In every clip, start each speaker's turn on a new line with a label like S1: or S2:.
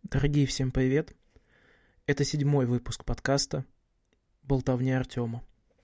S1: Дорогие, всем привет. Это 7-й выпуск подкаста «Болтовня Артема».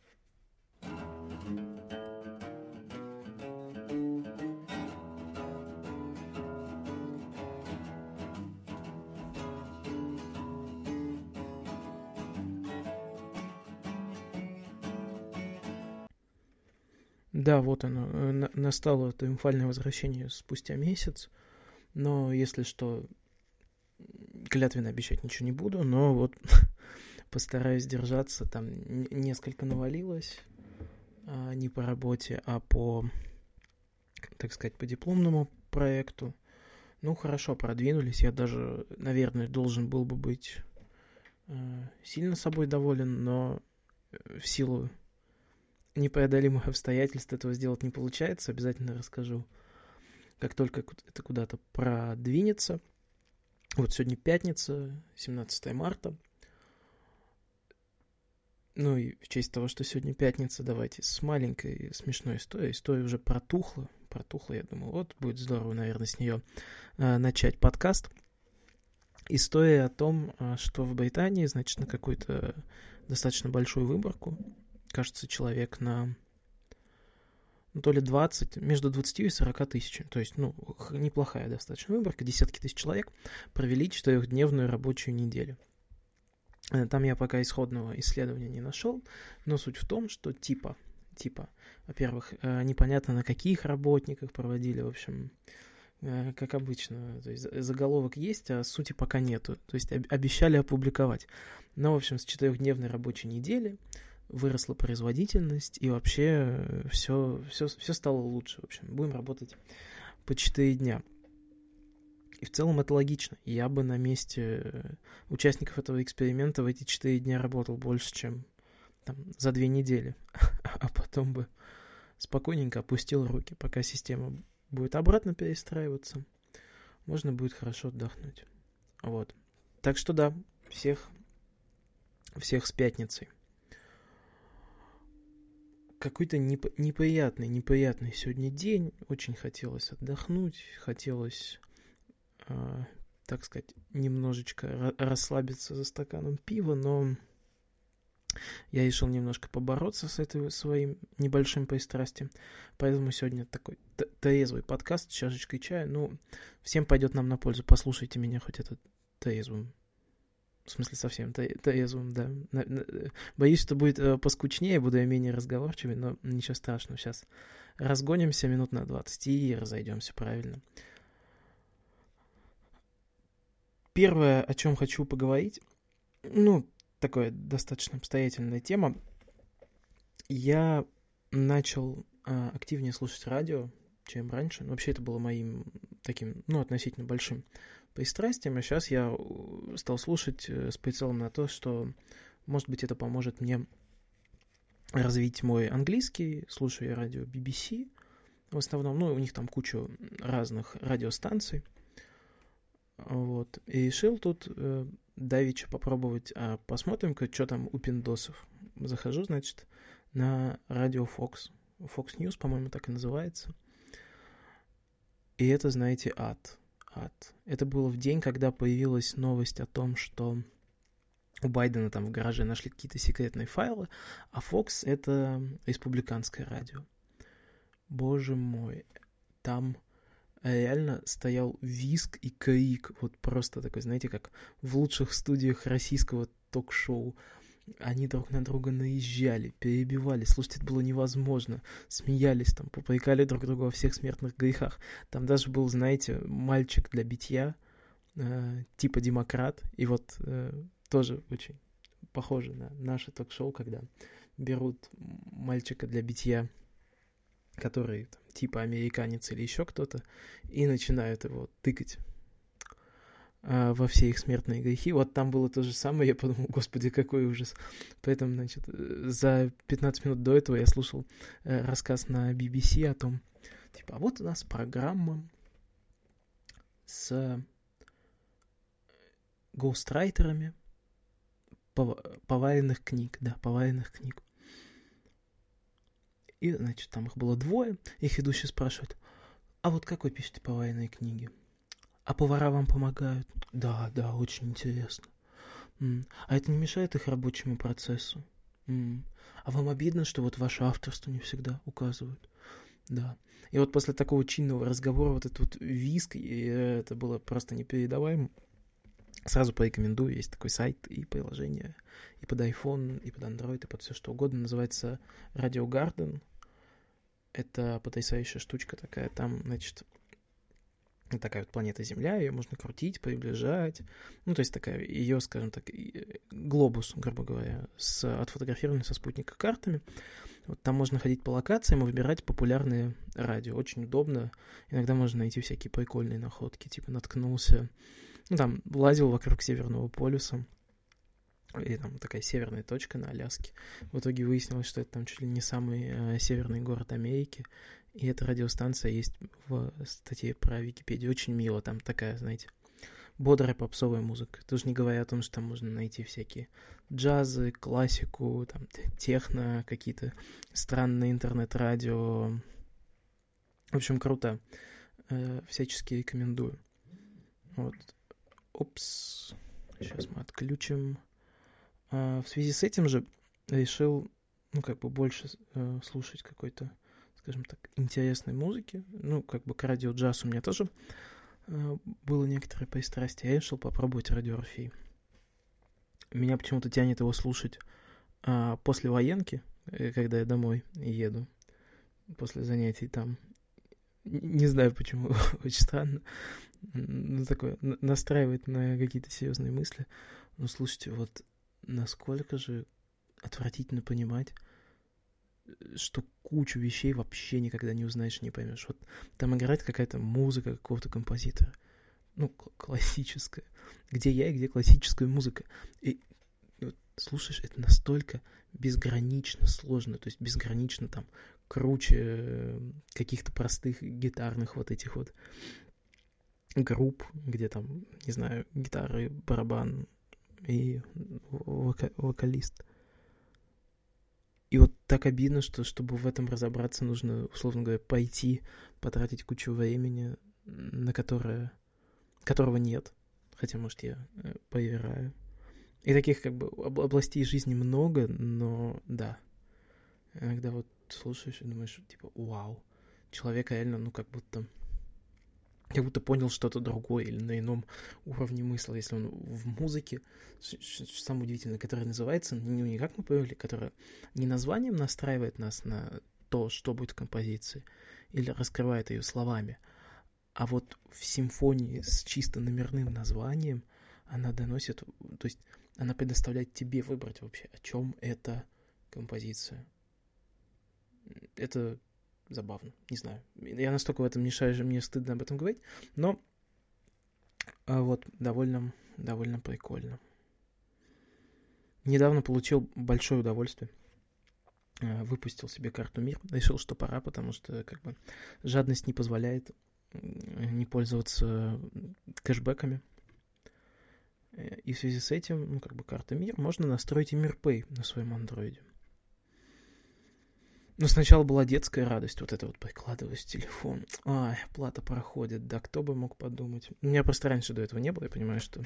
S1: Да, вот оно, настало триумфальное возвращение спустя месяц, но если что, клятвенно обещать ничего не буду, но вот постараюсь держаться, там несколько навалилось, не по работе, а по, так сказать, по дипломному проекту. Ну, хорошо, продвинулись, я даже, наверное, должен был бы быть сильно собой доволен, но в силу непреодолимых обстоятельств этого сделать не получается, обязательно расскажу, как только это куда-то продвинется. Вот сегодня пятница, 17 марта. Ну и в честь того, что сегодня пятница, давайте с маленькой смешной историей. История уже протухла, я думал, вот будет здорово, наверное, с нее начать подкаст. История о том, что в Британии, значит, на какую-то достаточно большую выборку, кажется, человек на то ли 20, между 20 и 40 тысяч. То есть, неплохая достаточно выборка. Десятки тысяч человек провели 4-дневную рабочую неделю. Там я пока исходного исследования не нашел, но суть в том, что типа, во-первых, непонятно на каких работниках проводили, в общем, как обычно. То есть заголовок есть, а сути пока нету. То есть обещали опубликовать. Но, в общем, с 4-дневной рабочей недели выросла производительность, и вообще все стало лучше. В общем, будем работать по 4 дня. И в целом это логично. Я бы на месте участников этого эксперимента в эти 4 дня работал больше, чем там, за 2 недели. А потом бы спокойненько опустил руки, пока система будет обратно перестраиваться. Можно будет хорошо отдохнуть. Вот. Так что да, всех с пятницей. Какой-то неприятный сегодня день. Очень хотелось отдохнуть, хотелось, так сказать, немножечко расслабиться за стаканом пива, но я решил немножко побороться с этим своим небольшим пристрастием. Поэтому сегодня такой трезвый подкаст с чашечкой чая. Всем пойдет нам на пользу. Послушайте меня хоть это трезвым. В смысле, совсем трезвым, да. Боюсь, что будет поскучнее, буду я менее разговорчивый, но ничего страшного. Сейчас разгонимся минут на 20 и разойдемся правильно. Первое, о чем хочу поговорить, такая достаточно обстоятельная тема. Я начал активнее слушать радио, чем раньше. Вообще это было моим таким, относительно большим пристрастием, а сейчас я стал слушать с прицелом на то, что, может быть, это поможет мне развить мой английский. Слушаю я радио BBC в основном, у них там куча разных радиостанций. Вот. И решил тут давеча попробовать, посмотрим-ка, что там у пиндосов. Захожу, значит, на радио Fox. Fox News, по-моему, так и называется. И это, знаете, ад. Это было в день, когда появилась новость о том, что у Байдена там в гараже нашли какие-то секретные файлы, а Fox — это республиканское радио. Боже мой, там реально стоял визг и крик, вот просто такой, знаете, как в лучших студиях российского ток-шоу. Они друг на друга наезжали, перебивали. Слушайте, это было невозможно. Смеялись там, попрекали друг друга во всех смертных грехах. Там даже был, знаете, мальчик для битья, типа демократ. И вот тоже очень похоже на наше ток-шоу, когда берут мальчика для битья, который там, типа американец или еще кто-то, и начинают его тыкать во все их смертные грехи. Вот там было то же самое, я подумал, господи, какой ужас. Поэтому, значит, за 15 минут до этого я слушал рассказ на BBC о том, типа, а вот у нас программа с гоустрайтерами поваренных книг. Да, поваренных книг. И, значит, там их было 2, их ведущий спрашивает, а вот как вы пишете поваренные книги? А повара вам помогают? Да, да, очень интересно. А это не мешает их рабочему процессу? А вам обидно, что вот ваше авторство не всегда указывают? Да. И вот после такого чинного разговора вот этот вот виск, и это было просто непередаваемо. Сразу порекомендую, есть такой сайт и приложение и под iPhone, и под Android, и под все что угодно. Называется Radio Garden. Это потрясающая штучка такая. Там, значит, такая вот планета Земля, ее можно крутить, приближать. Ну, то есть такая ее, скажем так, глобус, грубо говоря, отфотографированный со спутника картами. Вот там можно ходить по локациям и выбирать популярные радио. Очень удобно. Иногда можно найти всякие прикольные находки. Типа наткнулся, ну, там, лазил вокруг Северного полюса. И там такая северная точка на Аляске. В итоге выяснилось, что это там чуть ли не самый северный город Америки. И эта радиостанция есть в статье про Википедию. Очень мило. Там такая, знаете, бодрая попсовая музыка. Тоже не говоря о том, что там можно найти всякие джазы, классику, там, техно, какие-то странные интернет-радио. В общем, круто. Всячески рекомендую. Вот. Опс. Сейчас мы отключим. В связи с этим же решил, ну, как бы больше слушать какой-то, скажем так, интересной музыки. Ну, как бы к радио-джаз у меня тоже было некоторое пристрастие. Я решил попробовать радио Орфей. Меня почему-то тянет его слушать после военки, когда я домой еду, после занятий там. Не знаю почему, очень странно. Ну, такое, настраивает на какие-то серьезные мысли. Но слушайте, вот насколько же отвратительно понимать, что кучу вещей вообще никогда не узнаешь и не поймешь. Вот там играет какая-то музыка какого-то композитора. Ну, классическая. Где я и где классическая музыка. И вот, слушаешь, это настолько безгранично сложно. То есть безгранично там круче каких-то простых гитарных вот этих вот групп, где там, не знаю, гитары, барабан и вокалист. И вот так обидно, что чтобы в этом разобраться, нужно, условно говоря, пойти, потратить кучу времени, на которого нет. Хотя, может, я проверяю. И таких как бы областей жизни много, но да. Иногда вот слушаешь и думаешь, типа, вау, человек реально, ну, как будто понял что-то другое или на ином уровне мысли, если он в музыке, самое удивительное, которое называется, ну, не как мы поняли, которое не названием настраивает нас на то, что будет в композиции, или раскрывает ее словами, а вот в симфонии с чисто номерным названием она доносит, то есть она предоставляет тебе выбрать вообще, о чем эта композиция. Это забавно, не знаю. Я настолько в этом не шарю, мне стыдно об этом говорить, но вот довольно прикольно. Недавно получил большое удовольствие. Выпустил себе карту МИР. Решил, что пора, потому что как бы жадность не позволяет не пользоваться кэшбэками. И в связи с этим, ну, как бы карта МИР, можно настроить и МИРПэй на своем андроиде. Но сначала была детская радость, вот это вот прикладывать телефон. Ай, плата проходит, да кто бы мог подумать. У меня просто раньше до этого не было, я понимаю, что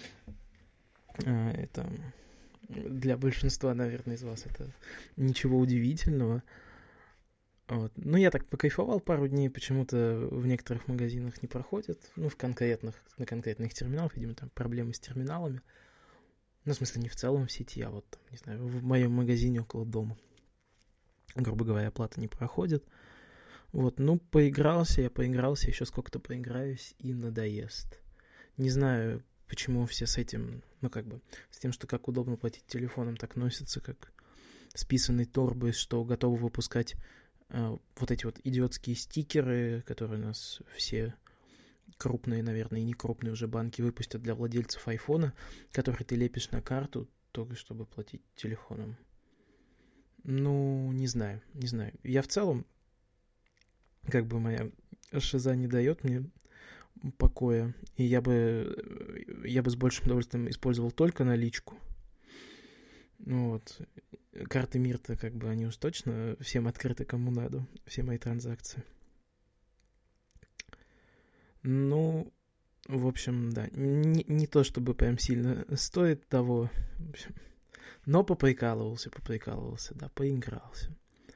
S1: это для большинства, наверное, из вас это ничего удивительного. Вот. Ну, я так покайфовал пару дней, почему-то в некоторых магазинах не проходит. Ну, на конкретных терминалах, видимо, там проблемы с терминалами. Ну, в смысле, не в целом в сети, а вот, там, не знаю, в моем магазине около дома. Грубо говоря, оплата не проходит. Вот, ну, поигрался, еще сколько-то поиграюсь и надоест. Не знаю, почему все с этим, ну, как бы, с тем, что как удобно платить телефоном, так носятся, как с писаной торбой, что готовы выпускать вот эти вот идиотские стикеры, которые у нас все крупные, наверное, и не крупные уже банки выпустят для владельцев айфона, которые ты лепишь на карту, только чтобы платить телефоном. Ну, не знаю. Я в целом, как бы моя шиза не дает мне покоя, и я бы с большим удовольствием использовал только наличку. Ну вот. Карты МИР-то, как бы, они уж точно всем открыты, кому надо, все мои транзакции. Ну, В общем, да, не то чтобы прям сильно стоит того, в общем, но поприкалывался, да, поигрался.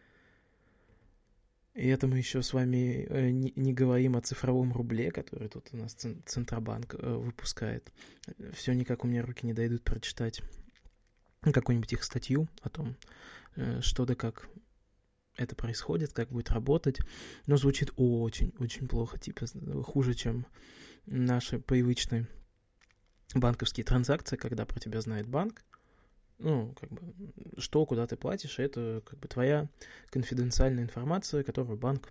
S1: И это мы еще с вами не говорим о цифровом рубле, который тут у нас Центробанк выпускает. Все никак у меня руки не дойдут прочитать какую-нибудь их статью о том, что да как это происходит, как будет работать. Но звучит очень-очень плохо, типа хуже, чем наши привычные банковские транзакции, когда про тебя знает банк. Ну, как бы, что, куда ты платишь, это как бы твоя конфиденциальная информация, которую банк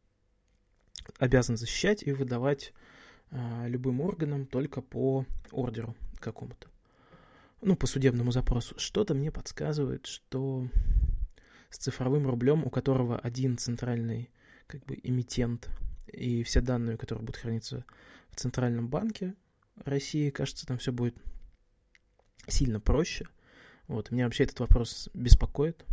S1: обязан защищать и выдавать любым органам только по ордеру какому-то. Ну, по судебному запросу. Что-то мне подсказывает, что с цифровым рублем, у которого один центральный как бы эмитент и все данные, которые будут храниться в Центральном банке России, кажется, там все будет сильно проще. Вот, меня вообще этот вопрос беспокоит.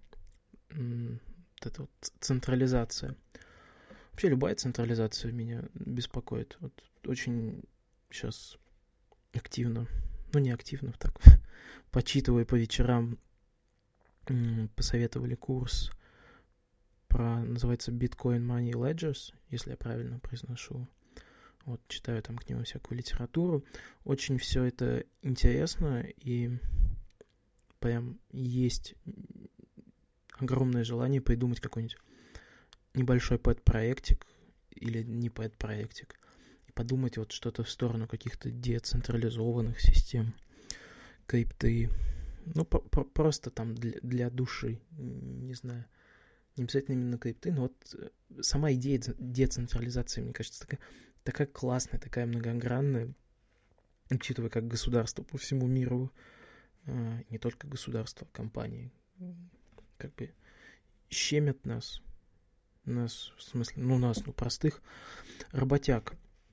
S1: Вот эта вот централизация. Вообще любая централизация меня беспокоит. Вот очень сейчас активно, ну не активно, так, почитываю по вечерам, посоветовали курс про, называется Bitcoin Money Ledgers, если я правильно произношу. Вот, читаю там к нему всякую литературу. Очень все это интересно, и прям есть огромное желание придумать какой-нибудь небольшой пэт-проектик или не пэт-проектик и подумать вот что-то в сторону каких-то децентрализованных систем, крипты, ну, просто там для души, не знаю, не обязательно именно крипты, но вот сама идея децентрализации, мне кажется, такая классная, такая многогранная, учитывая, как государство по всему миру, не только государство, а компании, как бы щемят нас, в смысле, простых работяг.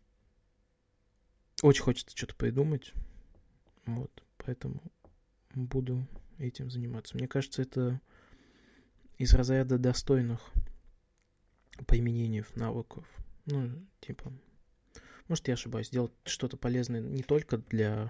S1: Очень хочется что-то придумать, вот, поэтому буду этим заниматься. Мне кажется, это из разряда достойных применений навыков. Ну, типа, может, я ошибаюсь, делать что-то полезное не только для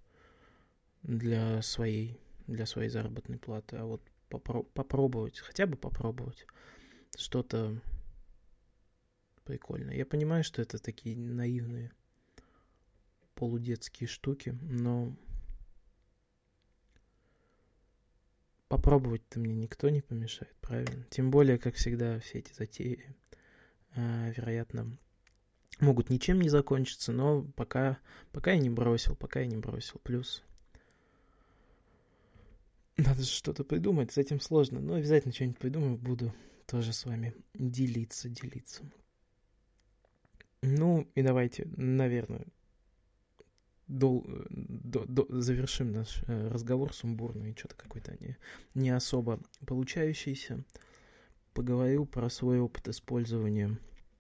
S1: своей заработной платы, а вот попробовать, хотя бы попробовать что-то прикольное. Я понимаю, что это такие наивные полудетские штуки, но попробовать-то мне никто не помешает, правильно? Тем более, как всегда, все эти затеи, вероятно, могут ничем не закончиться, но пока я не бросил. Плюс надо же что-то придумать, с этим сложно, но обязательно что-нибудь придумаю, буду тоже с вами делиться. Ну, и давайте, наверное, завершим наш разговор сумбурный, что-то какой-то не особо получающийся. Поговорю про свой опыт использования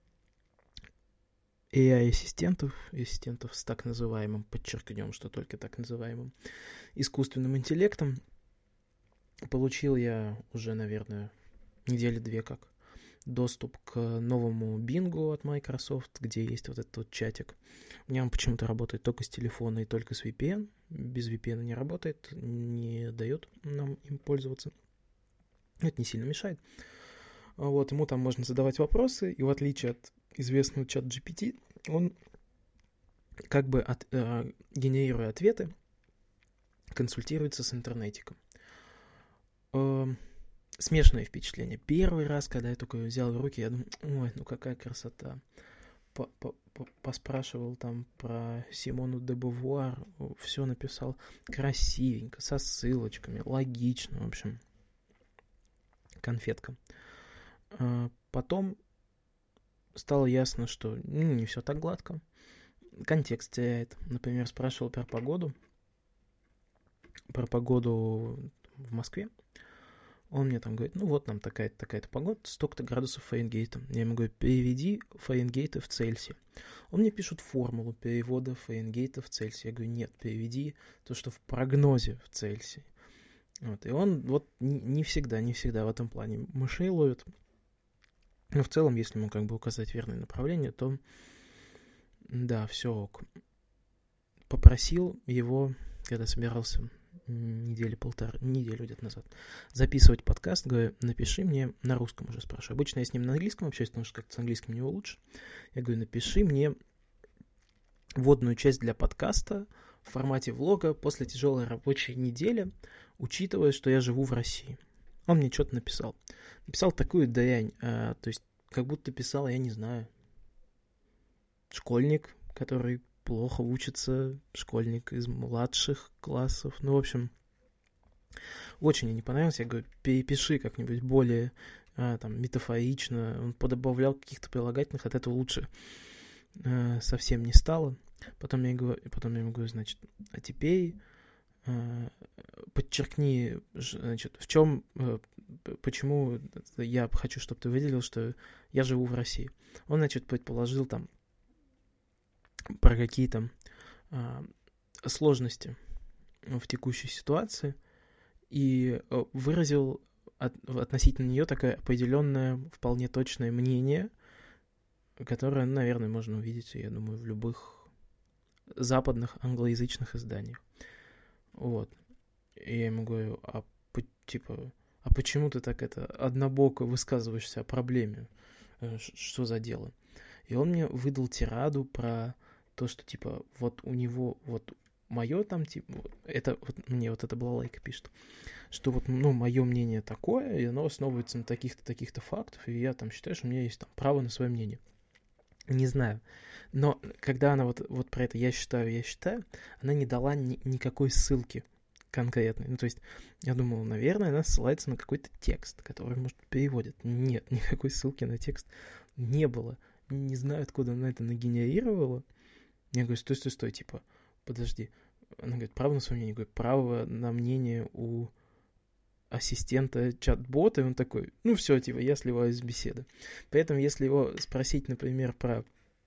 S1: AI-ассистентов с так называемым, подчеркнем, что только так называемым, искусственным интеллектом. Получил я уже, наверное, недели 2 как доступ к новому Bing от Microsoft, где есть вот этот вот чатик. У меня он почему-то работает только с телефона и только с VPN. Без VPN не работает, не дает нам им пользоваться. Это не сильно мешает. Вот, ему там можно задавать вопросы, и в отличие от известного чат GPT, он как бы генерируя ответы, консультируется с интернетиком. Смешанное впечатление. Первый раз, когда я только взял в руки, я думаю, ой, ну какая красота. Поспрашивал там про Симону де Бувуар, все написал красивенько, со ссылочками, логично, в общем, конфетка. Потом стало ясно, что не все так гладко. Контекст теряет. Например, спрашивал про погоду в Москве. Он мне там говорит, ну вот нам такая-то погода, столько-то градусов Фаренгейта. Я ему говорю, переведи Фаренгейты в Цельсий. Он мне пишет формулу перевода Фаренгейта в Цельсий. Я говорю, нет, переведи то, что в прогнозе в Цельсий. Вот. И он вот не всегда в этом плане мышей ловит. Но в целом, если ему как бы указать верное направление, то да, все ок. Попросил его, когда собирался неделю где-то назад, записывать подкаст, говорю, напиши мне на русском уже, спрашиваю. Обычно я с ним на английском общаюсь, потому что как-то с английским у него лучше. Я говорю, напиши мне вводную часть для подкаста в формате влога после тяжелой рабочей недели, учитывая, что я живу в России. Он мне что-то написал. Написал такую дрянь, то есть как будто писал, я не знаю, школьник, который плохо учится, школьник из младших классов. Ну, в общем, очень мне не понравилось. Я говорю, перепиши как-нибудь более там, метафорично. Он подобавлял каких-то прилагательных, от этого лучше совсем не стало. Потом я ему говорю, значит, а теперь подчеркни, значит, в чем, почему я хочу, чтобы ты выделил, что я живу в России. Он, значит, предположил там про какие-то сложности в текущей ситуации и выразил относительно нее такое определенное, вполне точное мнение, которое, наверное, можно увидеть, я думаю, в любых западных англоязычных изданиях. Вот. И я ему говорю, а почему ты так однобоко высказываешься о проблеме? Что за дело? И он мне выдал тираду про то, что, типа, вот у него, вот мое там, типа, это, вот мне вот эта балалайка пишет, что вот, ну, мое мнение такое, и оно основывается на таких-то фактах, и я там считаю, что у меня есть там право на свое мнение. Не знаю. Но когда она вот про это я считаю, она не дала никакой ссылки конкретной. Ну, то есть, я думал, наверное, она ссылается на какой-то текст, который, может, переводит. Нет, никакой ссылки на текст не было. Не знаю, откуда она это нагенерировала. Я говорю, стой, типа, подожди. Она говорит, право на свое мнение. Я говорю, право на мнение у ассистента чат-бота, и он такой, ну все, типа, я сливаюсь с беседы. При этом, если его спросить, например, про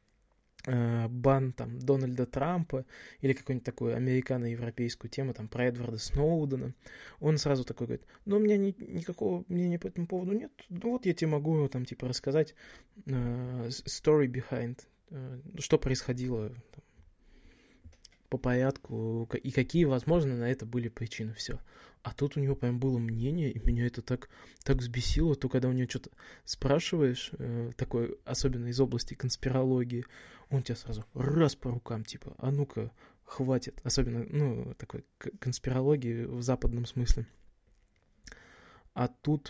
S1: бан там Дональда Трампа или какую-нибудь такую американо-европейскую тему, там, про Эдварда Сноудена, он сразу такой говорит, ну, у меня никакого мнения по этому поводу нет, ну, вот я тебе могу, там, типа, рассказать story behind, что происходило там, по порядку, и какие, возможно, на это были причины, все. А тут у него прям было мнение, и меня это так взбесило, то когда у него что-то спрашиваешь, такое, особенно из области конспирологии, он тебя сразу раз по рукам, типа, а ну-ка, хватит. Особенно, ну, такой конспирологии в западном смысле. А тут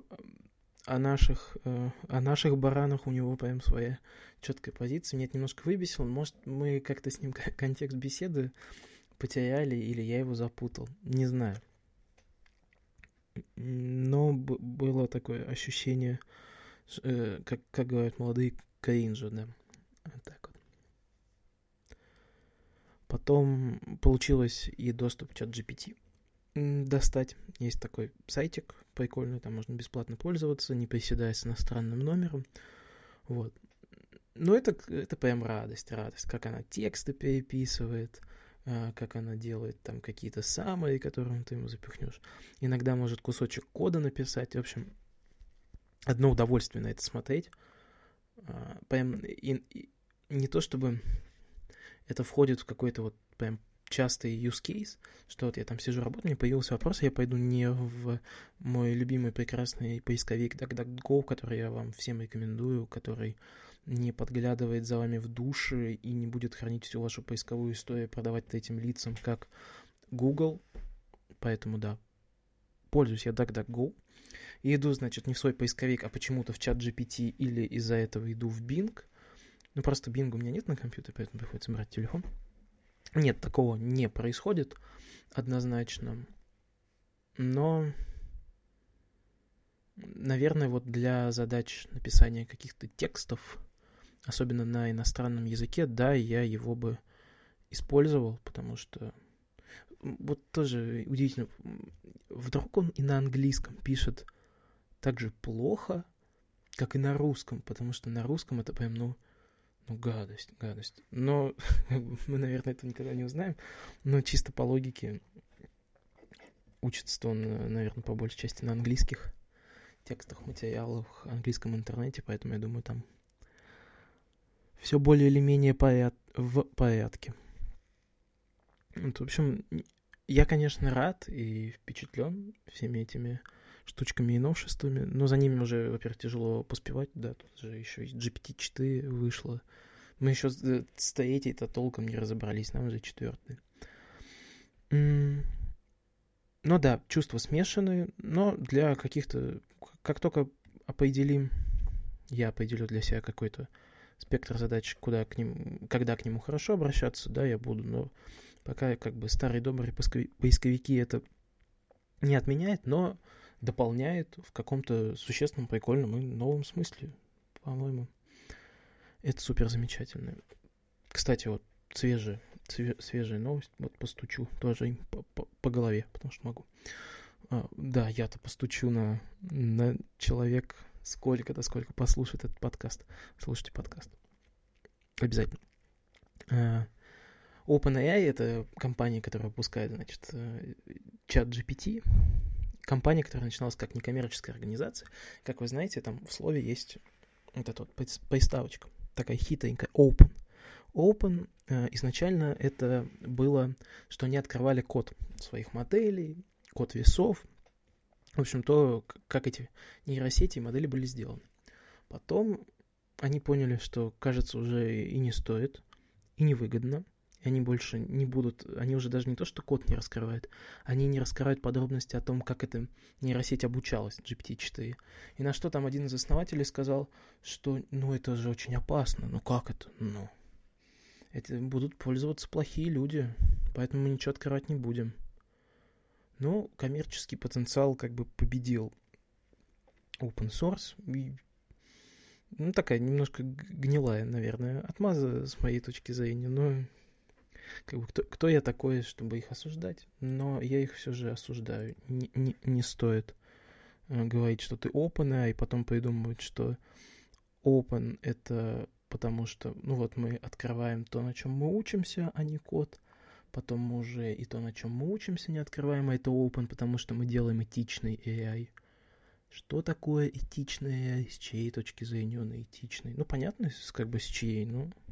S1: о наших баранах у него прям своя четкая позиция. Меня это немножко выбесило. Может, мы как-то с ним контекст беседы потеряли, или я его запутал. Не знаю. Но было такое ощущение, как говорят молодые, кринжа, да. Вот так вот. Потом получилось и доступ к чат-GPT достать. Есть такой сайтик прикольный, там можно бесплатно пользоваться, не приседая с иностранным номером. Вот. Но это прям радость, как она тексты переписывает, как она делает там какие-то summary, которые ты ему запихнешь. Иногда может кусочек кода написать. В общем, одно удовольствие на это смотреть. Прям и не то чтобы это входит в какой-то вот прям частый use case, что вот я там сижу, работаю, мне появился вопрос, я пойду не в мой любимый прекрасный поисковик DuckDuckGo, который я вам всем рекомендую, который не подглядывает за вами в душе и не будет хранить всю вашу поисковую историю, продавать этим лицам, как Google. Поэтому, да, пользуюсь я DuckDuckGo. И иду, значит, не в свой поисковик, а почему-то в чат GPT или из-за этого иду в Bing. Ну, просто Bing у меня нет на компьютере, поэтому приходится брать телефон. Нет, такого не происходит однозначно. Но, наверное, вот для задач написания каких-то текстов, особенно на иностранном языке, да, я его бы использовал, потому что вот тоже удивительно, вдруг он и на английском пишет так же плохо, как и на русском, потому что на русском это прям, ну, гадость. Но мы, наверное, этого никогда не узнаем. Но чисто по логике учится он, наверное, по большей части на английских текстах, материалах, английском интернете, поэтому я думаю, там все более или менее в порядке. Вот, в общем, я, конечно, рад и впечатлен всеми этими штучками и новшествами, но за ними уже, во-первых, тяжело поспевать, да, тут же еще и GPT-4 вышло. Мы еще с третьей-то толком не разобрались, нам уже четвертый. Ну да, чувства смешанные, но для каких-то... Как только я определю для себя какой-то спектр задач, когда к нему хорошо обращаться, да, я буду, но пока как бы старые добрые поисковики это не отменяет, но дополняет в каком-то существенном, прикольном и новом смысле, по-моему. Это супер замечательно. Кстати, вот свежая новость, вот постучу тоже им по голове, потому что могу. Да, я-то постучу на человек сколько послушает этот подкаст. Слушайте подкаст. Обязательно. OpenAI — это компания, которая выпускает, значит, чат GPT. Компания, которая начиналась как некоммерческая организация. Как вы знаете, там в слове есть вот эта вот приставочка, такая хитренькая, open. Open изначально это было, что они открывали код своих моделей, код весов. В общем, то, как эти нейросети и модели были сделаны. Потом они поняли, что, кажется, уже и не стоит, и невыгодно. И они больше не будут, они уже даже не то, что код не раскрывают, они не раскрывают подробности о том, как эта нейросеть обучалась, GPT-4. И на что там один из основателей сказал, что, это же очень опасно. Как это? Это будут пользоваться плохие люди, поэтому мы ничего открывать не будем. Коммерческий потенциал как бы победил open source. И, такая немножко гнилая, наверное, отмаза с моей точки зрения, но как бы кто я такой, чтобы их осуждать? Но я их все же осуждаю. Не стоит говорить, что ты open, и потом придумывать, что open — это потому что, мы открываем то, на чем мы учимся, а не код. Потом мы уже и то, на чем мы учимся, не открываем, а это open, потому что мы делаем этичный AI. Что такое этичный AI? С чьей точки зрения он этичный? Понятно, как бы с чьей,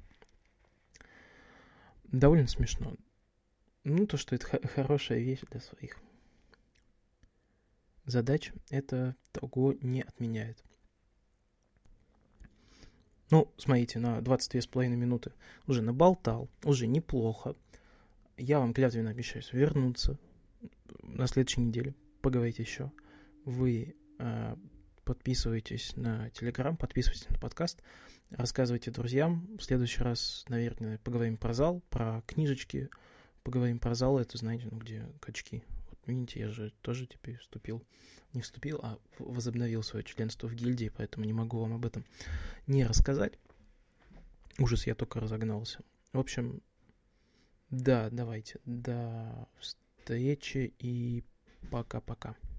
S1: довольно смешно. То, что это хорошая вещь для своих задач, это того не отменяет. Смотрите, на 22,5 минуты уже наболтал, уже неплохо. Я вам клятвенно обещаю вернуться на следующей неделе, поговорить еще. Вы подписывайтесь на Telegram, подписывайтесь на подкаст, рассказывайте друзьям. В следующий раз, наверное, поговорим про зал, про книжечки. Поговорим про зал, это, знаете, где качки. Вот видите, я же тоже теперь возобновил свое членство в гильдии, поэтому не могу вам об этом не рассказать. Ужас, я только разогнался. В общем, да, давайте. До встречи и пока-пока.